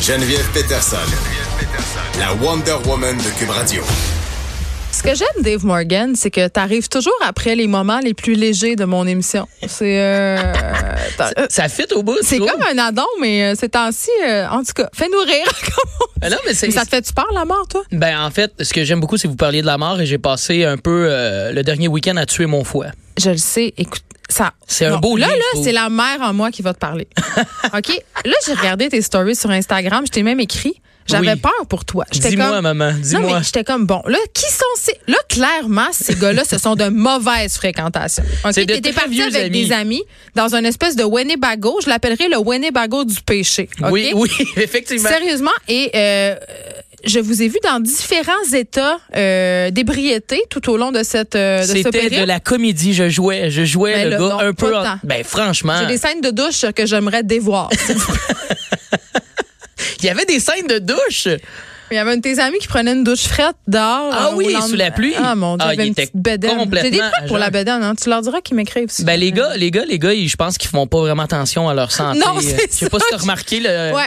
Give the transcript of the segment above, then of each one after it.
Geneviève Peterson, la Wonder Woman de Cube Radio. Ce que j'aime, Dave Morgan, c'est que tu arrives toujours après les moments les plus légers de mon émission. C'est ça fit au bout. C'est comme un addon, mais ces temps-ci, en tout cas, fais-nous rire. Non, mais ça te fait-tu peur, la mort, toi? Ben, en fait, ce que j'aime beaucoup, c'est que vous parliez de la mort et j'ai passé un peu le dernier week-end à tuer mon foie. Je le sais. Écoute, ça. C'est un beau livre. Là, c'est la mère en moi qui va te parler. OK? Là, j'ai regardé tes stories sur Instagram. Je t'ai même écrit. J'avais peur pour toi. Dis-moi, maman, dis-moi. Non, mais j'étais comme, bon, là, qui sont ces... Là, clairement, ces gars-là, ce sont de mauvaises fréquentations. Okay? C'est de T'étais très parti vieux avec amis. des amis dans une espèce de Winnebago. Je l'appellerais le Winnebago du péché. Okay? Oui, effectivement. Sérieusement. Et je vous ai vu dans différents états d'ébriété tout au long de ce période. C'était de la comédie. Je jouais Ben le là, gars non, un peu... pas tant. Ben, franchement... J'ai des scènes de douche que j'aimerais dévoir. Il y avait des scènes de douche. Il y avait un de tes amis qui prenait une douche frette dehors. Ah oui, sous la pluie. Ah mon Dieu, il y avait il une était petite bedaine. complètement J'ai des trucs pour la bedaine, hein. Tu leur diras qu'ils m'écrivent. Si ben les gars, je pense qu'ils font pas vraiment attention à leur santé. Non, c'est Je sais pas si tu as remarqué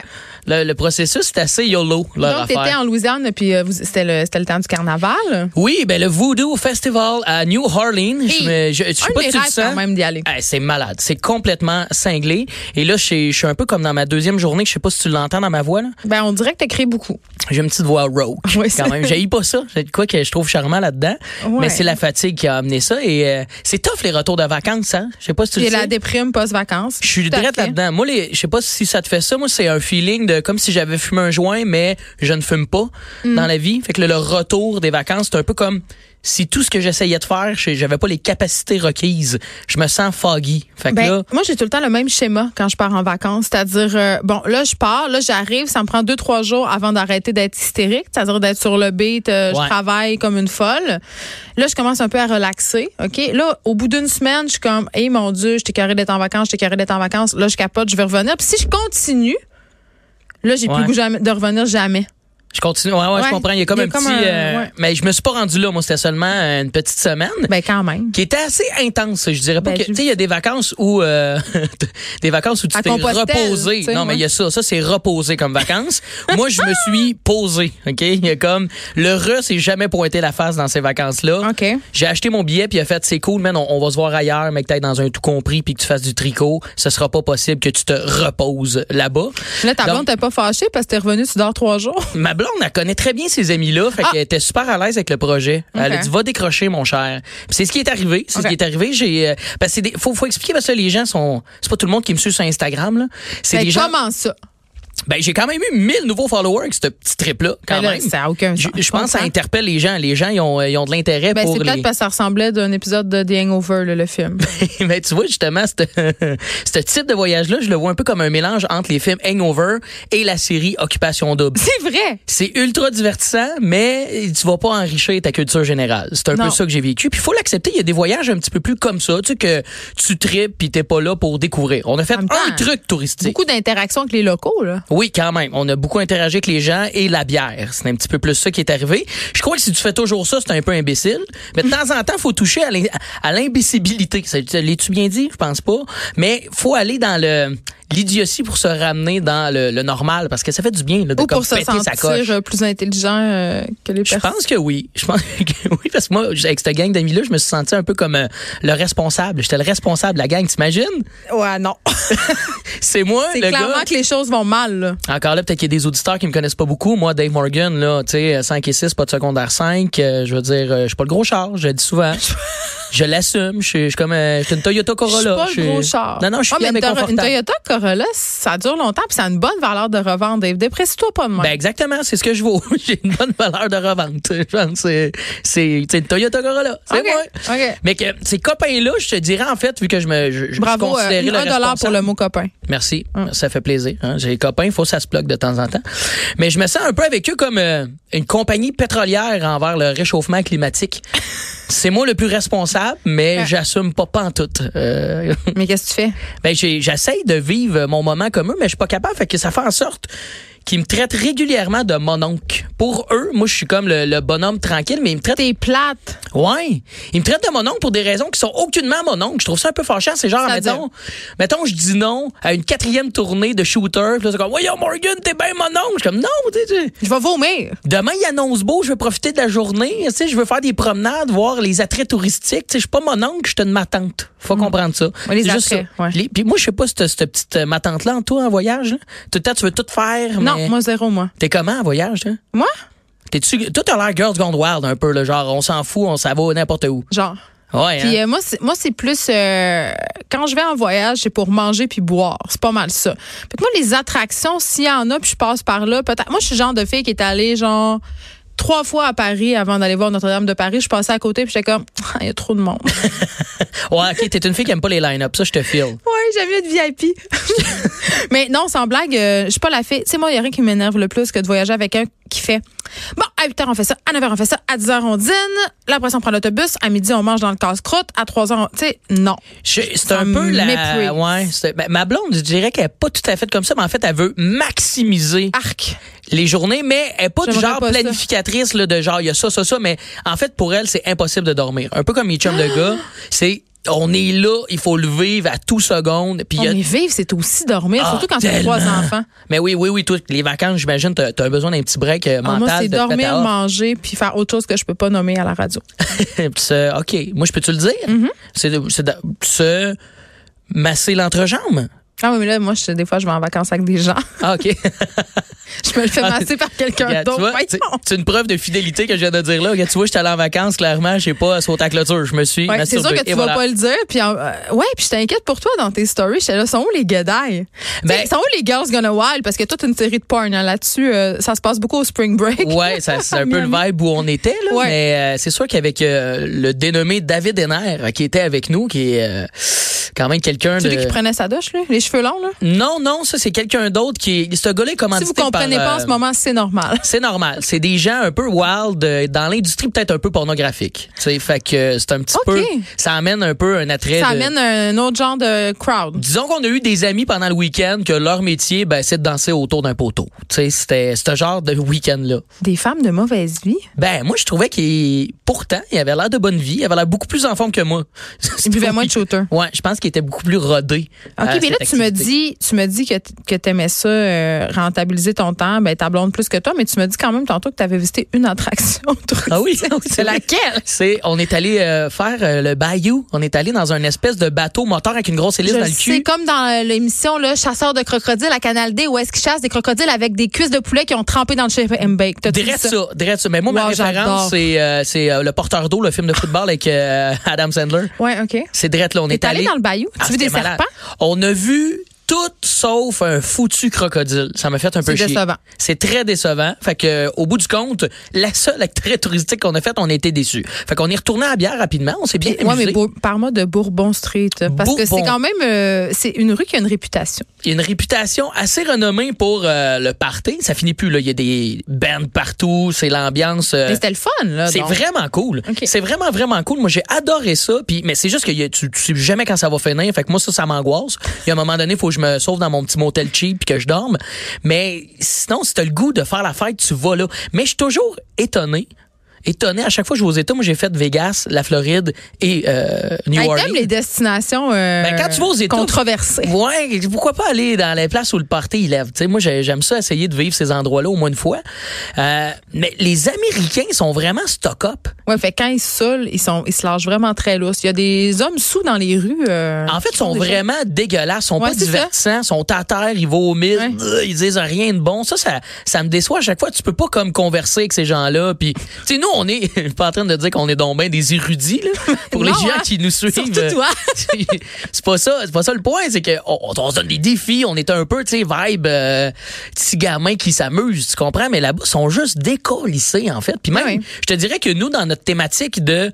le processus, c'est assez YOLO, leur donc, affaire. t'étais en Louisiane, puis c'était le temps du carnaval. Oui, ben le Voodoo Festival à New Orleans. Je sais pas si tu le sens. Quand même d'y aller. C'est malade. C'est complètement cinglé. Et là, je suis un peu comme dans ma deuxième journée. Je sais pas si tu l'entends dans ma voix, là. Ben, on dirait que t'écris beaucoup. J'ai une petite voix rauque, quand même. J'haïs pas ça. C'est quoi que je trouve charmant là-dedans. Ouais. Mais c'est la fatigue qui a amené ça. Et c'est tough, les retours de vacances, hein. Je sais pas si tu le sais. Et la déprime post-vacances. Je suis direct là-dedans. Moi, je sais pas si ça te fait ça. Moi, c'est un feeling de comme si j'avais fumé un joint, mais je ne fume pas dans la vie. Fait que le retour des vacances, c'est un peu comme si tout ce que j'essayais de faire, j'avais pas les capacités requises. Je me sens foggy. Fait que là, moi, j'ai tout le temps le même schéma quand je pars en vacances. C'est-à-dire, bon, là, je pars, là, j'arrive, ça me prend 2-3 jours avant d'arrêter d'être hystérique. C'est-à-dire d'être sur le beat, je travaille comme une folle. Là, je commence un peu à relaxer. OK? Là, au bout d'une semaine, je suis comme, hey, mon Dieu, j'étais carré d'être en vacances. Là, je capote, je vais revenir. Puis si je continue, là, j'ai plus le goût de revenir jamais. je continue. Ouais, je comprends. Il y a comme un petit... Mais je me suis pas rendu là. Moi, c'était seulement une petite semaine. Ben, quand même. Qui était assez intense. Je dirais pas que... Tu sais, il y a des vacances où... tu t'es reposé. Non, mais il y a ça. Ça, c'est reposé comme vacances. Moi, je me suis posé. OK? Il y a comme... Le s'est jamais pointé la face dans ces vacances-là. OK. J'ai acheté mon billet puis il a fait, c'est cool, man, on va se voir ailleurs, mais que t'ailles dans un tout compris puis que tu fasses du tricot. Ce sera pas possible que tu te reposes là-bas. Là, ta blonde t'es pas fâchée parce que t'es revenue, tu dors 3 jours. Ma blonde, elle connaît très bien ces amis-là. Fait qu'elle était super à l'aise avec le projet. Okay. Elle a dit, va décrocher, mon cher. Puis c'est ce qui est arrivé. C'est ce qui est arrivé. Parce que faut expliquer parce que les gens c'est pas tout le monde qui me suit sur Instagram, là. C'est des gens. Comment ça? Ben, j'ai quand même eu 1000 nouveaux followers avec ce petit trip-là, quand même. Ça a aucun sens. Je pense que ça interpelle les gens. Les gens, ils ont de l'intérêt pour c'est peut-être parce que ça ressemblait d'un épisode de The Hangover, le film. Mais tu vois, justement, ce type de voyage-là, je le vois un peu comme un mélange entre les films Hangover et la série Occupation Double. C'est vrai! C'est ultra divertissant, mais tu vas pas enrichir ta culture générale. C'est un peu ça que j'ai vécu. Puis il faut l'accepter, il y a des voyages un petit peu plus comme ça, tu sais, que tu tripes puis t'es pas là pour découvrir. On a fait un truc touristique. Beaucoup d'interactions avec les locaux, là. Oui, quand même. On a beaucoup interagi avec les gens et la bière. C'est un petit peu plus ça qui est arrivé. Je crois que si tu fais toujours ça, c'est un peu imbécile. Mais de temps en temps, il faut toucher à l'imbécibilité. L'as-tu bien dit? Je pense pas. Mais faut aller dans l'idiotie pour se ramener dans le normal parce que ça fait du bien là, de ou pour se péter sa coche. sentir plus intelligent que les personnes. Je pense que oui. Je pense que oui parce que moi avec cette gang d'amis-là, je me suis senti un peu comme le responsable. J'étais le responsable de la gang, t'imagines? Ouais, non. C'est moi le gars. C'est clairement que les choses vont mal là. Encore là, peut-être qu'il y a des auditeurs qui me connaissent pas beaucoup. Moi, Dave Morgan, là, tu sais, 5 et 6, pas de secondaire 5. Je veux dire, je suis pas le gros char, je le dis souvent. Je l'assume. Je suis comme une Toyota Corolla. Je suis pas le gros char. Non, je suis bien confortable. Une Toyota Corolla, ça dure longtemps puis ça a une bonne valeur de revente. Dave, déprécie-toi pas de moi. Ben exactement, c'est ce que je vaux. J'ai une bonne valeur de revente. Je pense c'est une Toyota Corolla. C'est moi. Okay. Mais que ces copains-là, je te dirais en fait, vu que je Bravo, considérais le responsable. $1 pour le mot copain. Merci, ça fait plaisir. Hein? J'ai des copains, il faut que ça se bloque de temps en temps. Mais je me sens un peu avec eux comme une compagnie pétrolière envers le réchauffement climatique. C'est moi le plus responsable, mais j'assume pas pantoute. Mais qu'est-ce que tu fais? Ben j'essaye de vivre mon moment comme eux, mais je suis pas capable. Fait que ça fait en sorte qui me traitent régulièrement de mon oncle. Pour eux, moi, je suis comme le bonhomme tranquille, mais ils me traitent... T'es plate. Ouais. Ils me traitent de mon oncle pour des raisons qui sont aucunement mon oncle. Je trouve ça un peu fâchant. C'est genre, mettons, je dis non à une 4e tournée de shooter. Puis là, c'est comme, voyons, Morgan, t'es bien mon oncle. Je suis comme, non, je vais vomir. Demain, il annonce beau, je veux profiter de la journée. Tu sais, je veux faire des promenades, voir les attraits touristiques. Tu sais, je suis pas mon oncle, je suis une ma tante. Faut comprendre ça. Ouais, les attraits, ouais. Puis moi, je sais pas cette petite ma tante-là, toi, en voyage. Là. Tout le temps, tu veux tout faire. Non, mais... moi, zéro, moi. T'es comment en voyage, là? Moi? Toi, t'as l'air Girls Gone Wild un peu, là, genre, on s'en fout, ça va n'importe où. Genre. Ouais, puis hein? moi c'est plus quand je vais en voyage, c'est pour manger puis boire. C'est pas mal ça. Fait que moi, les attractions, s'il y en a, puis je passe par là, peut-être. Moi, je suis le genre de fille qui est allée, genre... 3 fois à Paris avant d'aller voir Notre-Dame de Paris. Je passais à côté puis j'étais comme, il y a trop de monde. Ouais, OK, t'es une fille qui aime pas les line-up. Ça, je te file. Ouais, j'aime mieux être VIP. Mais non, sans blague, je suis pas la fille. Tu sais, moi, il y a rien qui m'énerve le plus que de voyager avec un qui fait, bon, à 8h, on fait ça. À 9h, on fait ça. À 10h, on dîne. Là, après ça, on prend l'autobus. À midi, on mange dans le casse-croûte. À 3h, tu sais, non. C'est un peu la... Ouais, ma blonde, je dirais qu'elle est pas tout à fait comme ça, mais en fait, elle veut maximiser les journées, mais elle est pas du genre planificatrice là, de genre, il y a ça, mais en fait, pour elle, c'est impossible de dormir. Un peu comme mes chums de gars, on est là, il faut le vivre à tout seconde. Puis mais vivre, c'est aussi dormir, surtout quand tu as 3 enfants. Mais oui, toi, les vacances, j'imagine, t'as besoin d'un petit break mental. Moi, c'est dormir, manger, puis faire autre chose que je peux pas nommer à la radio. OK. Moi, je peux-tu le dire? Mm-hmm. C'est se masser l'entrejambe. Ah oui, mais là, moi, des fois, je vais en vacances avec des gens. Ah, OK. Je me le fais masser par quelqu'un d'autre. C'est une preuve de fidélité que je viens de dire là. Tu vois, j'étais allé en vacances, clairement, je sais pas, sauter à clôture. Je me suis masturbé. C'est sûr que tu vas pas le dire. Puis, puis je t'inquiète pour toi dans tes stories. J'étais là, sont où les guédailles? Sont où les Girls Gone Wild? Parce qu'il y a toute une série de porn là-dessus. Ça se passe beaucoup au Spring Break. Ouais, c'est un peu le vibe où on était. Là, ouais. Mais c'est sûr qu'avec le dénommé David Henner qui était avec nous, qui est quand même quelqu'un de... Celui qui prenait sa douche, lui? Les cheveux longs, là? Non, ça, c'est quelqu'un d'autre qui est... Ce gars-là est commandité par... Si vous comprenez pas en ce moment, c'est normal. C'est normal. C'est des gens un peu wild, dans l'industrie peut-être un peu pornographique. Tu sais, fait que c'est un petit peu... Ça amène un peu un attrait. Ça amène un autre genre de crowd. Disons qu'on a eu des amis pendant le week-end que leur métier, c'est de danser autour d'un poteau. Tu sais, c'était ce genre de week-end-là. Des femmes de mauvaise vie? Moi, je trouvais pourtant, il avait l'air de bonne vie. Il avait l'air beaucoup plus en forme que moi. Il buvait moins de shooter. Ouais, je pense qu'il était beaucoup plus rodé. OK, mais là, tu me dis que t'aimais ça, rentabiliser ton temps, ta blonde plus que toi, mais tu me dis quand même tantôt que tu avais visité une attraction. Ah oui, c'est laquelle? On est allé faire le Bayou. On est allé dans un espèce de bateau moteur avec une grosse hélice dans le cul. C'est comme dans l'émission là, Chasseur de crocodiles à Canal D où est-ce qu'ils chassent des crocodiles avec des cuisses de poulet qui ont trempé dans le chef M-Bake. Drette ça. Mais moi, ma référence, c'est Le Porteur d'eau, le film de football avec Adam Sandler. Ouais, OK. C'est drette là. On est allé dans le Bayou? Tu as vu des serpents? On a vu tout sauf un foutu crocodile. Ça m'a fait un peu chier. C'est décevant. C'est très décevant. Fait que, au bout du compte, la seule attrait touristique qu'on a faite, on a été déçus. Fait qu'on est retourné à la bière rapidement. On s'est bien amusé. Ouais, mais parle-moi de Bourbon Street. Parce que c'est quand même, c'est une rue qui a une réputation. Il y a une réputation assez renommée pour le party. Ça finit plus, là. Il y a des bands partout. C'est l'ambiance. Mais c'était le fun, là. C'est vraiment cool. Okay. C'est vraiment, vraiment cool. Moi, j'ai adoré ça. Mais c'est juste que tu sais jamais quand ça va finir. Fait que moi, ça m'angoisse. Il y a un moment donné, il faut que je me sauve dans mon petit motel cheap puis que je dorme. Mais sinon, si t'as le goût de faire la fête, tu vas là. Mais je suis toujours étonné à chaque fois que je vais aux États. Moi, j'ai fait Vegas, la Floride et New Orleans. T'aimes les destinations quand tu vas aux États, controversées. Ouais, pourquoi pas aller dans les places où le party il lève. Tu sais, moi, j'aime ça, essayer de vivre ces endroits-là au moins une fois. Mais les Américains sont vraiment stock-up. Ouais, fait quand ils saoulent, ils se lâchent vraiment très lousses. Il y a des hommes sous dans les rues. En fait, ils sont vraiment dégueulasses. Ils sont pas divertissants. Ils sont à terre, ils vomissent. Ouais. Ils disent rien de bon. Ça me déçoit à chaque fois. Tu peux pas comme converser avec ces gens-là. Puis, tu sais, nous, on est pas en train de dire qu'on est donc ben des érudits là, pour les gens qui nous suivent. Surtout toi. C'est pas ça le point, c'est que on se donne des défis, on est un peu tu sais vibe petits gamins qui s'amusent, tu comprends, mais là-bas ils sont juste décollissés en fait. Puis même je te dirais que nous dans notre thématique de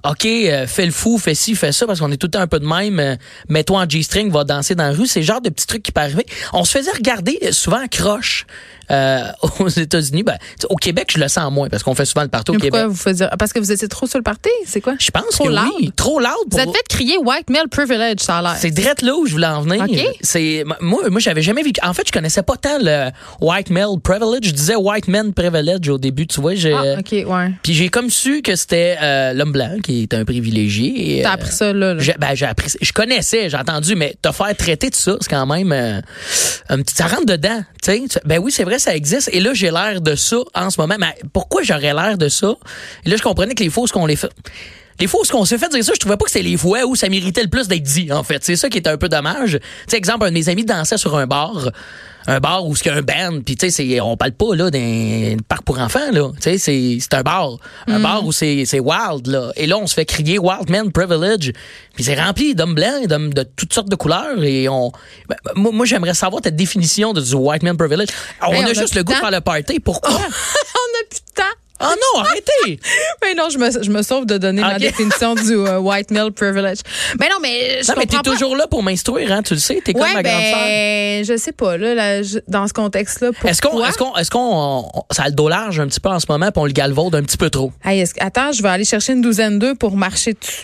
OK, fais le fou, fais ci, fais ça, parce qu'on est tout le temps un peu de même. Mets-toi en G-string, va danser dans la rue. C'est le genre de petits trucs qui peuvent arriver. On se faisait regarder souvent à croche aux États-Unis. Ben, au Québec, je le sens moins, parce qu'on fait souvent le party au Québec. Pourquoi vous faisiez... Parce que vous étiez trop sur le party? C'est quoi? Je pense trop que loud. oui. Trop loud. Vous êtes fait crier white male privilege, ça a l'air. C'est direct là où je voulais en venir. Okay. C'est moi, j'avais jamais vu. En fait, je connaissais pas tant le white male privilege. Je disais white man privilege au début, tu vois. OK, ouais. Puis j'ai comme su que c'était l'homme blanc qui est un privilégié. T'as appris ça, là. J'ai appris ça. Je connaissais, j'ai entendu, mais te faire traiter de ça, c'est quand même un petit. Ça rentre dedans, tu sais. Ben oui, c'est vrai, ça existe. Et là, j'ai l'air de ça en ce moment. Mais pourquoi j'aurais l'air de ça? Et là, je comprenais que les fausses qu'on les fait. Les fois où on s'est fait dire ça, je trouvais pas que c'était les fois où ça méritait le plus d'être dit, en fait. C'est ça qui était un peu dommage. Tu sais, exemple, un de mes amis dansait sur un bar où il y a un band, puis tu sais, on parle pas là d'un parc pour enfants, là. Tu sais, c'est un bar. Un bar où c'est wild, là. Et là, on se fait crier Wild Man Privilege, puis c'est rempli d'hommes blancs, d'hommes de toutes sortes de couleurs, et moi, j'aimerais savoir ta définition de du White Man Privilege. On a juste le goût de faire le party. Pourquoi? On a plus de temps. Oh non, arrêtez! Mais non, je me sauve de donner ma définition du white male privilege. Mais non, mais je comprends mais t'es toujours là pour m'instruire, hein, tu le sais, t'es comme ma grande sœur. Je sais pas là, dans ce contexte-là. Pourquoi? Est-ce qu'on ça a le dos large un petit peu en ce moment, puis on le galvaude un petit peu trop? Hey, attends, je vais aller chercher une douzaine d'œufs pour marcher dessus.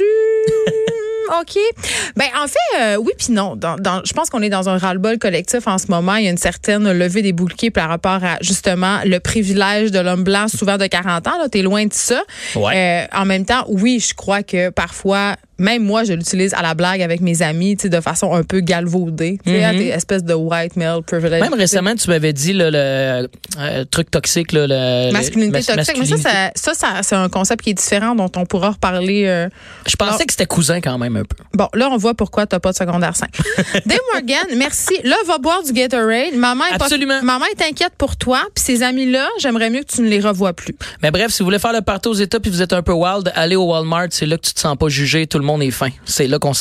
OK. Ben en fait, oui puis non. Je pense qu'on est dans un ras-le-bol collectif en ce moment. Il y a une certaine levée des boucliers par rapport à justement le privilège de l'homme blanc, souvent de 40 ans. Là, t'es loin de ça. Ouais. En même temps, oui, je crois que parfois, même moi, je l'utilise à la blague avec mes amis, tu sais, de façon un peu galvaudée, tu sais, des espèces de white male privilege. Même récemment, tu m'avais dit là, le truc toxique, là, masculinité toxique. Mais ça c'est un concept qui est différent, dont on pourra reparler. Je pensais que c'était cousin quand même un peu. Bon, là, on voit pourquoi t'as pas de secondaire 5. Dave Morgan, merci. Là, va boire du Gatorade. Maman est inquiète pour toi. Puis ces amis-là, j'aimerais mieux que tu ne les revoies plus. Mais bref, si vous voulez faire le party aux États puis vous êtes un peu wild, allez au Walmart. C'est là que tu te sens pas jugé. Tout le monde est fin. C'est là qu'on se